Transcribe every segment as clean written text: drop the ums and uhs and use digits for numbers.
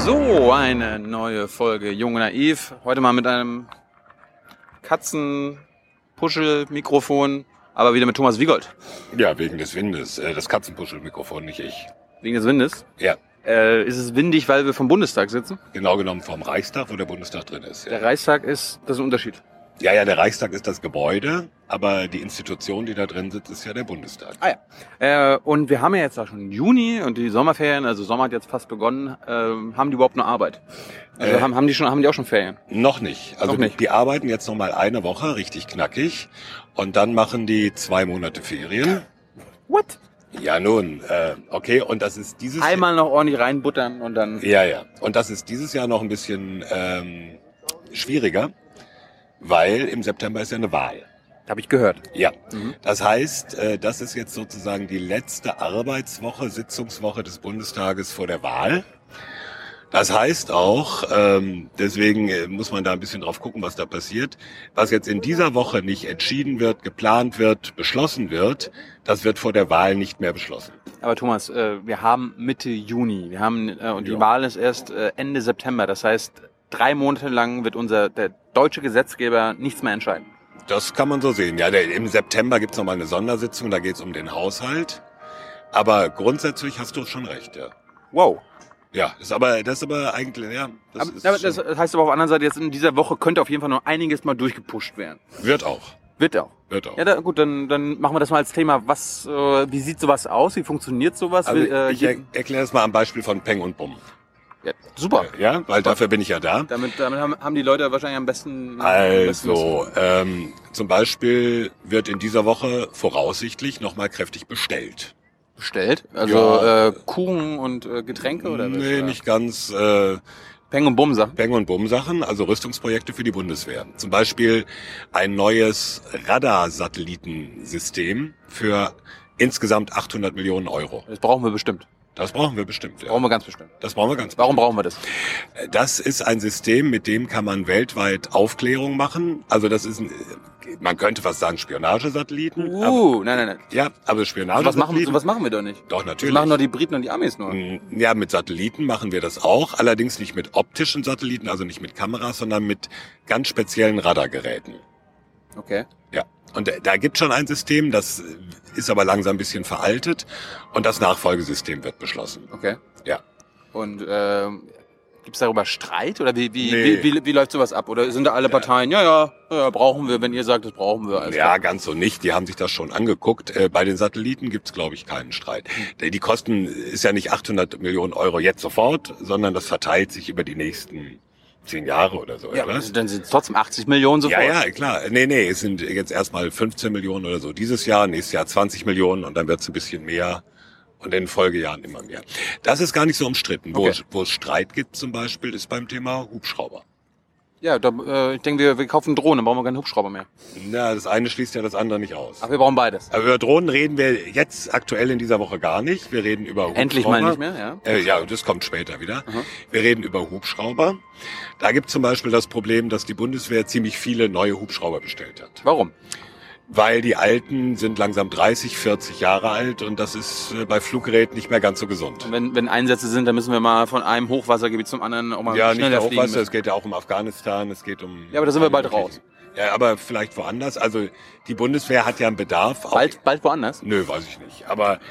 So, eine neue Folge Jung und Naiv. Heute mal mit einem Katzenpuschel-Mikrofon, aber wieder mit Thomas Wiegold. Ja, wegen des Windes. Das Katzenpuschel-Mikrofon, nicht ich. Wegen des Windes? Ja. Ist es windig, weil wir vom Bundestag sitzen? Genau genommen vom Reichstag, wo der Bundestag drin ist. Ja. Der Reichstag das ist ein Unterschied. Ja, der Reichstag ist das Gebäude, aber die Institution, die da drin sitzt, ist ja der Bundestag. Und wir haben ja jetzt auch schon Juni und die Sommerferien, also Sommer hat jetzt fast begonnen. Haben die überhaupt noch Arbeit? Also haben die auch schon Ferien? Noch nicht. Also noch nicht. Die arbeiten jetzt noch mal eine Woche, richtig knackig. Und dann machen die 2 Monate Ferien. What? Ja, nun, okay. Und das ist dieses Einmal noch ordentlich reinbuttern und dann... Ja. Und das ist dieses Jahr noch ein bisschen schwieriger, weil im September ist ja eine Wahl. Habe ich gehört. Ja, Das heißt, das ist jetzt sozusagen die letzte Arbeitswoche, Sitzungswoche des Bundestages vor der Wahl. Das heißt auch, deswegen muss man da ein bisschen drauf gucken, was da passiert. Was jetzt in dieser Woche nicht entschieden wird, geplant wird, beschlossen wird, das wird vor der Wahl nicht mehr beschlossen. Aber Thomas, wir haben Mitte Juni. Und die Ja. Wahl ist erst Ende September. Das heißt, 3 Monate lang wird der deutsche Gesetzgeber nichts mehr entscheiden. Das kann man so sehen. Ja, im September gibt's nochmal eine Sondersitzung, da geht's um den Haushalt. Aber grundsätzlich hast du schon recht, ja. Wow. Ja, das ist aber eigentlich, ja. Das heißt aber auf der anderen Seite, jetzt in dieser Woche könnte auf jeden Fall noch einiges mal durchgepusht werden. Wird auch. Wird auch. Ja, dann machen wir das mal als Thema. Wie sieht sowas aus? Wie funktioniert sowas? Also ich erkläre das mal am Beispiel von Peng und Bumm. Ja, super. Ja, weil dafür bin ich ja da. Damit haben die Leute wahrscheinlich am besten... Also, zum Beispiel wird in dieser Woche voraussichtlich nochmal kräftig bestellt. Bestellt? Also Ja. Kuchen und Getränke oder was? Nee, nicht ganz. Peng und Bumm Sachen. Peng und Bumm Sachen, also Rüstungsprojekte für die Bundeswehr. Zum Beispiel ein neues Radarsatellitensystem für insgesamt 800 Millionen Euro. Das brauchen wir bestimmt. Das brauchen wir bestimmt. Ja. Brauchen wir ganz bestimmt. Das brauchen wir ganz Warum brauchen wir das? Das ist ein System, mit dem kann man weltweit Aufklärung machen. Also das ist man könnte fast sagen Spionagesatelliten. Nein. Ja, aber Spionagesatelliten. Sowas machen wir doch nicht. Doch, natürlich. Das machen doch die Briten und die Amis nur. Ja, mit Satelliten machen wir das auch. Allerdings nicht mit optischen Satelliten, also nicht mit Kameras, sondern mit ganz speziellen Radargeräten. Okay. Ja. Und da gibt schon ein System, das ist aber langsam ein bisschen veraltet. Und das Nachfolgesystem wird beschlossen. Okay. Ja. Und gibt's darüber Streit? Oder Nee. wie läuft sowas ab? Oder sind da alle Parteien, ja, brauchen wir, wenn ihr sagt, das brauchen wir. Alles Ja, klar. ganz so nicht. Die haben sich das schon angeguckt. Bei den Satelliten gibt's, glaube ich, keinen Streit. Die Kosten ist ja nicht 800 Millionen Euro jetzt sofort, sondern das verteilt sich über die nächsten 10 Jahre oder so. Ja, oder was? dann sind es trotzdem 80 Millionen sofort. Ja, klar. Nee, es sind jetzt erstmal 15 Millionen oder so dieses Jahr, nächstes Jahr 20 Millionen und dann wird's ein bisschen mehr und in den Folgejahren immer mehr. Das ist gar nicht so umstritten. Okay. Wo es Streit gibt zum Beispiel, ist beim Thema Hubschrauber. Ja, ich denke, wir kaufen Drohnen, dann brauchen wir keinen Hubschrauber mehr. Na, das eine schließt ja das andere nicht aus. Ach, wir brauchen beides. Aber über Drohnen reden wir jetzt aktuell in dieser Woche gar nicht. Wir reden über Hubschrauber. Endlich mal nicht mehr, ja? Ja, das kommt später wieder. Aha. Wir reden über Hubschrauber. Da gibt es zum Beispiel das Problem, dass die Bundeswehr ziemlich viele neue Hubschrauber bestellt hat. Warum? Weil die alten sind langsam 30, 40 Jahre alt und das ist bei Fluggeräten nicht mehr ganz so gesund. Wenn Einsätze sind, dann müssen wir mal von einem Hochwassergebiet zum anderen auch mal Ja, nicht schneller nur fliegen Hochwasser, müssen. es geht ja auch um Afghanistan, es geht um... Ja, aber da sind wir bald raus. Ja, aber vielleicht woanders. Also die Bundeswehr hat ja einen Bedarf. Auch Bald woanders? Nö, weiß ich nicht. Aber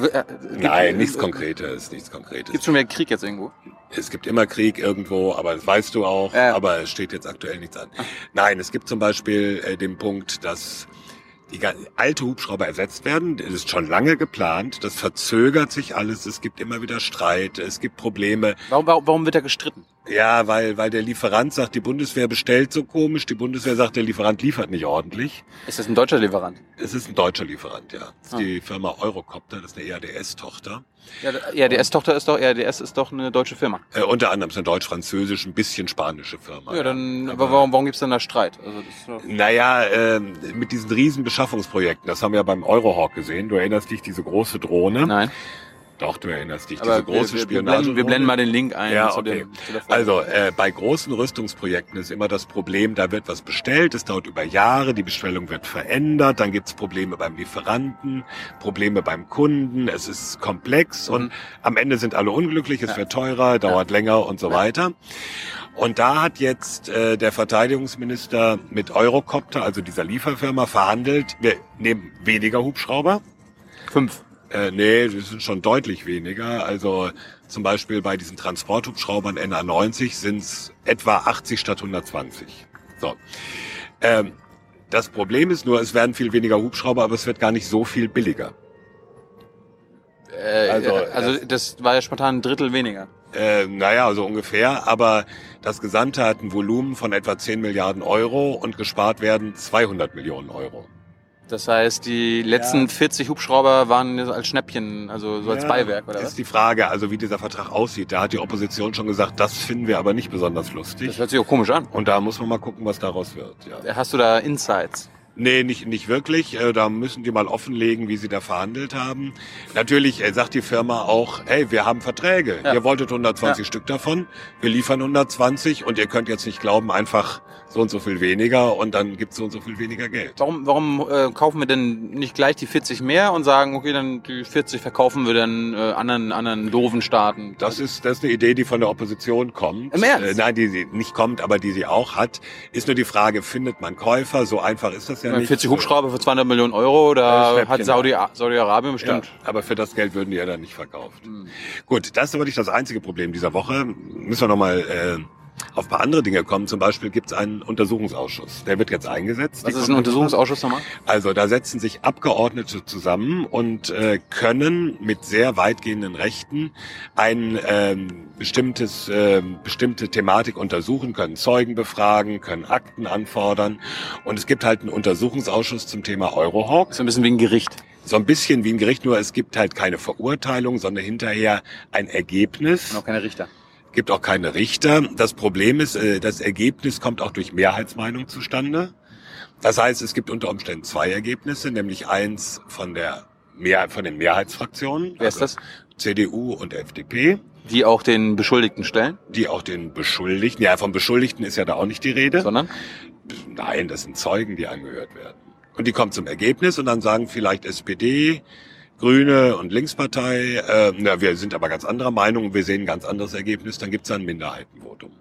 Nein, nichts Konkretes. Gibt's schon wieder Krieg jetzt irgendwo? Es gibt immer Krieg irgendwo, aber das weißt du auch. Ja. Aber es steht jetzt aktuell nichts an. Nein, es gibt zum Beispiel den Punkt, dass die alte Hubschrauber ersetzt werden. Das ist schon lange geplant. Das verzögert sich alles. Es gibt immer wieder Streit. Es gibt Probleme. Warum wird da gestritten? Ja, weil der Lieferant sagt, die Bundeswehr bestellt so komisch. Die Bundeswehr sagt, der Lieferant liefert nicht ordentlich. Ist das ein deutscher Lieferant? Es ist ein deutscher Lieferant, ja. Das ist die Firma Eurocopter. Das ist eine EADS-Tochter. Ja, die EADS ist doch eine deutsche Firma. Unter anderem ist eine deutsch-französische, ein bisschen spanische Firma. Ja, aber warum gibt's denn da Streit? Also Naja, mit diesen riesen Beschaffungsprojekten, das haben wir ja beim Eurohawk gesehen. Du erinnerst dich, diese große Drohne. Nein. Doch, du erinnerst dich, Aber diese große wir Spionage. blenden mal den Link ein. Ja, zu okay. zu der Folge. Also bei großen Rüstungsprojekten ist immer das Problem, da wird was bestellt, es dauert über Jahre, die Bestellung wird verändert, dann gibt's Probleme beim Lieferanten, Probleme beim Kunden, es ist komplex und am Ende sind alle unglücklich, es wird teurer, dauert länger und so weiter. Und da hat jetzt der Verteidigungsminister mit Eurocopter, also dieser Lieferfirma, verhandelt, wir nehmen weniger Hubschrauber. 5. Nee, das sind schon deutlich weniger. Also zum Beispiel bei diesen Transporthubschraubern NA90 sind es etwa 80 statt 120. So. Das Problem ist nur, es werden viel weniger Hubschrauber, aber es wird gar nicht so viel billiger. Also das war ja spontan ein Drittel weniger. Naja, so ungefähr. Aber das Gesamte hat ein Volumen von etwa 10 Milliarden Euro und gespart werden 200 Millionen Euro. Das heißt, die letzten 40 Hubschrauber waren als Schnäppchen, also so als Beiwerk, oder das was? ist die Frage, also wie dieser Vertrag aussieht. Da hat die Opposition schon gesagt, das finden wir aber nicht besonders lustig. Das hört sich auch komisch an. Und da muss man mal gucken, was daraus wird. Ja. Hast du da Insights? Nee, nicht wirklich. Da müssen die mal offenlegen, wie sie da verhandelt haben. Natürlich sagt die Firma auch, hey, wir haben Verträge. Ja. Ihr wolltet 120 Stück davon. Wir liefern 120 und ihr könnt jetzt nicht glauben, einfach so und so viel weniger und dann gibt's so und so viel weniger Geld. Warum kaufen wir denn nicht gleich die 40 mehr und sagen, okay, dann die 40 verkaufen wir dann anderen doofen Staaten? Das ist eine Idee, die von der Opposition kommt. Im Ernst? Nein, die nicht kommt, aber die sie auch hat. Ist nur die Frage, findet man Käufer? So einfach ist das ja nicht. 40 Hubschrauber für 200 Millionen Euro, da Schnäppchen. hat Saudi-Arabien bestimmt. Ja, aber für das Geld würden die ja dann nicht verkauft. Gut, das ist aber nicht das einzige Problem dieser Woche. Müssen wir nochmal auf ein paar andere Dinge kommen. Zum Beispiel gibt es einen Untersuchungsausschuss. Der wird jetzt eingesetzt. Was ist ein Untersuchungsausschuss nochmal? Also da setzen sich Abgeordnete zusammen und können mit sehr weitgehenden Rechten bestimmte Thematik untersuchen, können Zeugen befragen, können Akten anfordern. Und es gibt halt einen Untersuchungsausschuss zum Thema Eurohawk. Das ist ein bisschen wie ein Gericht. So ein bisschen wie ein Gericht, nur es gibt halt keine Verurteilung, sondern hinterher ein Ergebnis. Und auch keine Richter. Gibt auch keine Richter. Das Problem ist, das Ergebnis kommt auch durch Mehrheitsmeinung zustande. Das heißt, es gibt unter Umständen 2 Ergebnisse, nämlich eins von den Mehrheitsfraktionen. Wer ist das? CDU und FDP. Die auch den Beschuldigten stellen? Die auch den Beschuldigten, ja, vom Beschuldigten ist ja da auch nicht die Rede. Sondern? Nein, das sind Zeugen, die angehört werden. Und die kommen zum Ergebnis und dann sagen vielleicht SPD, Grüne und Linkspartei, wir sind aber ganz anderer Meinung, wir sehen ein ganz anderes Ergebnis, dann gibt es ein Minderheitenvotum.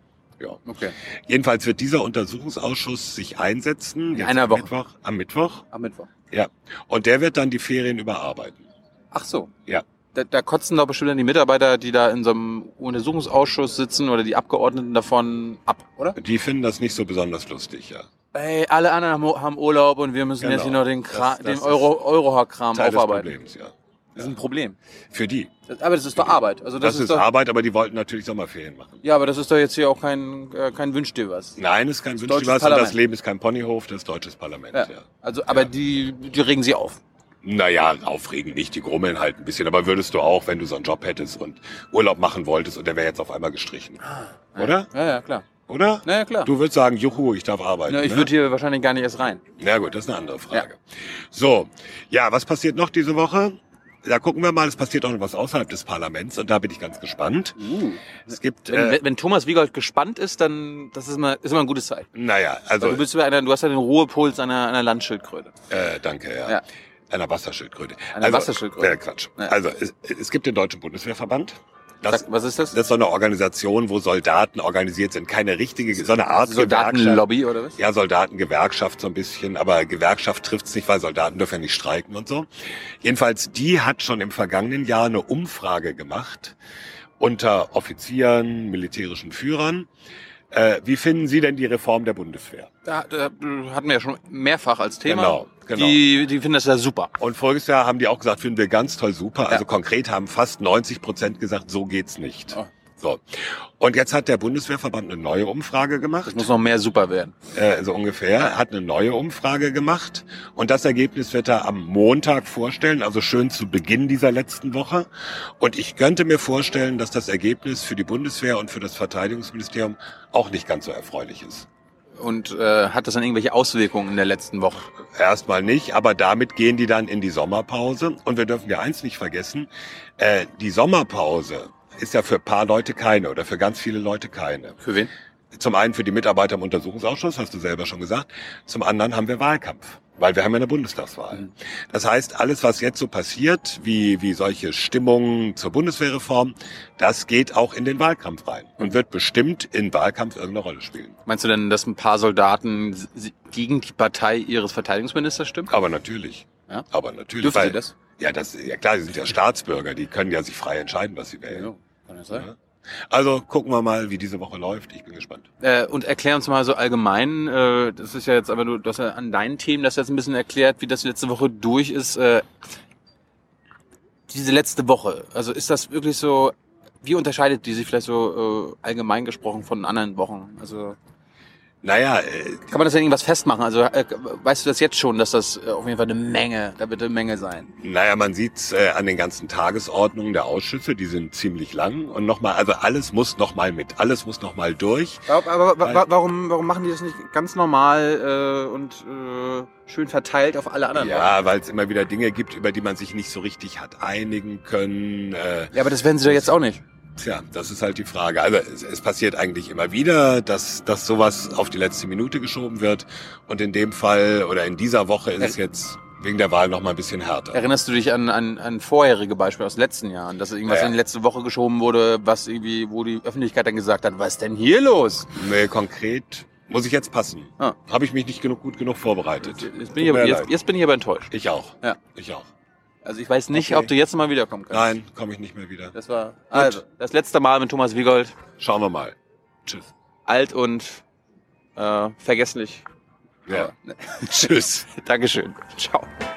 Ja. Okay. Jedenfalls wird dieser Untersuchungsausschuss sich einsetzen. In einer Woche. Am Mittwoch. Am Mittwoch. Ja. Und der wird dann die Ferien überarbeiten. Ach so. Ja. Da kotzen doch bestimmt dann die Mitarbeiter, die da in so einem Untersuchungsausschuss sitzen oder die Abgeordneten davon ab, oder? Die finden das nicht so besonders lustig, ja. Ey, alle anderen haben Urlaub und wir müssen jetzt hier noch den Eurohawk-Kram Teil aufarbeiten. des Problems, ja. Das ist ein Problem. Für die. Aber das ist doch Arbeit. Also Das ist doch, Arbeit, aber die wollten natürlich Sommerferien machen. Ja, aber das ist doch jetzt hier auch kein Wünsch dir was. Nein, es ist kein deutsches Wünsch, und Parlament. das Leben ist kein Ponyhof, das ist deutsches Parlament, ja. Also, aber die regen sie auf. Naja, aufregen nicht, die grummeln halt ein bisschen. Aber würdest du auch, wenn du so einen Job hättest und Urlaub machen wolltest und der wäre jetzt auf einmal gestrichen. Oder? Ja, klar. Oder? Na ja, klar. Du würdest sagen, juhu, ich darf arbeiten. Ja, ich würde hier wahrscheinlich gar nicht erst rein. Na gut, das ist eine andere Frage. So, ja, was passiert noch diese Woche? Da gucken wir mal, es passiert auch noch was außerhalb des Parlaments und da bin ich ganz gespannt. Es gibt, Wenn Thomas Wiegold gespannt ist, dann das ist immer ein gutes Zeichen. naja, also, Du hast ja den Ruhepuls einer Landschildkröte. danke, ja. Ja. Einer Wasserschildkröte. Einer Wasserschildkröte. Quatsch. Ja. Also, es gibt den Deutschen Bundeswehrverband. Was ist das? Das ist so eine Organisation, wo Soldaten organisiert sind. Keine richtige, so eine Art Soldatenlobby oder was? Ja, Soldatengewerkschaft so ein bisschen, aber Gewerkschaft trifft's nicht, weil Soldaten dürfen ja nicht streiken und so. Jedenfalls, die hat schon im vergangenen Jahr eine Umfrage gemacht unter Offizieren, militärischen Führern. Wie finden Sie denn die Reform der Bundeswehr? Da hatten wir ja schon mehrfach als Thema. Genau. Die finden das ja super. Und voriges Jahr haben die auch gesagt, finden wir ganz toll, super. Also konkret haben fast 90% gesagt, so geht's nicht. Oh. So. Und jetzt hat der Bundeswehrverband eine neue Umfrage gemacht. Das muss noch mehr super werden. So ungefähr. Hat eine neue Umfrage gemacht. Und das Ergebnis wird er am Montag vorstellen, also schön zu Beginn dieser letzten Woche. Und ich könnte mir vorstellen, dass das Ergebnis für die Bundeswehr und für das Verteidigungsministerium auch nicht ganz so erfreulich ist. Und hat das dann irgendwelche Auswirkungen in der letzten Woche? Erstmal nicht, aber damit gehen die dann in die Sommerpause. Und wir dürfen ja eins nicht vergessen, die Sommerpause ist ja für ein paar Leute keine oder für ganz viele Leute keine. Für wen? Zum einen für die Mitarbeiter im Untersuchungsausschuss, hast du selber schon gesagt. Zum anderen haben wir Wahlkampf, weil wir haben ja eine Bundestagswahl. Das heißt, alles, was jetzt so passiert, wie solche Stimmungen zur Bundeswehrreform, das geht auch in den Wahlkampf rein und wird bestimmt im Wahlkampf irgendeine Rolle spielen. Meinst du denn, dass ein paar Soldaten gegen die Partei ihres Verteidigungsministers stimmen? Aber natürlich. Ja? Aber natürlich. Dürfen sie das? Ja, ja klar, die sind ja Staatsbürger, die können ja sich frei entscheiden, was sie wählen. Ja, kann das sein? Ja. Also gucken wir mal, wie diese Woche läuft. Ich bin gespannt. Und erklär uns mal so allgemein, das ist ja jetzt aber du hast ja an deinen Themen das jetzt ein bisschen erklärt, wie das letzte Woche durch ist. Diese letzte Woche, also ist das wirklich so, wie unterscheidet die sich vielleicht so allgemein gesprochen von anderen Wochen? Also Naja, kann man das denn irgendwas festmachen? Also weißt du das jetzt schon, dass das auf jeden Fall da wird eine Menge sein? naja, man sieht's an den ganzen Tagesordnungen der Ausschüsse, die sind ziemlich lang und nochmal, also alles muss nochmal mit, alles muss nochmal durch. Aber warum machen die das nicht ganz normal und schön verteilt auf alle anderen? Ja, weil es immer wieder Dinge gibt, über die man sich nicht so richtig hat einigen können. Ja, aber das werden sie doch jetzt auch nicht. Tja, das ist halt die Frage. Also es passiert eigentlich immer wieder, dass sowas auf die letzte Minute geschoben wird. Und in dem Fall oder in dieser Woche ist es jetzt wegen der Wahl noch mal ein bisschen härter. Erinnerst du dich an vorherige Beispiele aus den letzten Jahren, dass irgendwas in die letzte Woche geschoben wurde, was irgendwie, wo die Öffentlichkeit dann gesagt hat, was ist denn hier los? Nee, konkret muss ich jetzt passen. Habe ich mich nicht gut genug vorbereitet. Jetzt bin ich aber enttäuscht. Ich auch. Ja. Ich auch. Also ich weiß nicht, ob du jetzt mal wiederkommen kannst. Nein, komme ich nicht mehr wieder. Das war also das letzte Mal mit Thomas Wiegold. Schauen wir mal. Tschüss. Alt und vergesslich. Ja. Tschüss. Dankeschön. Ciao.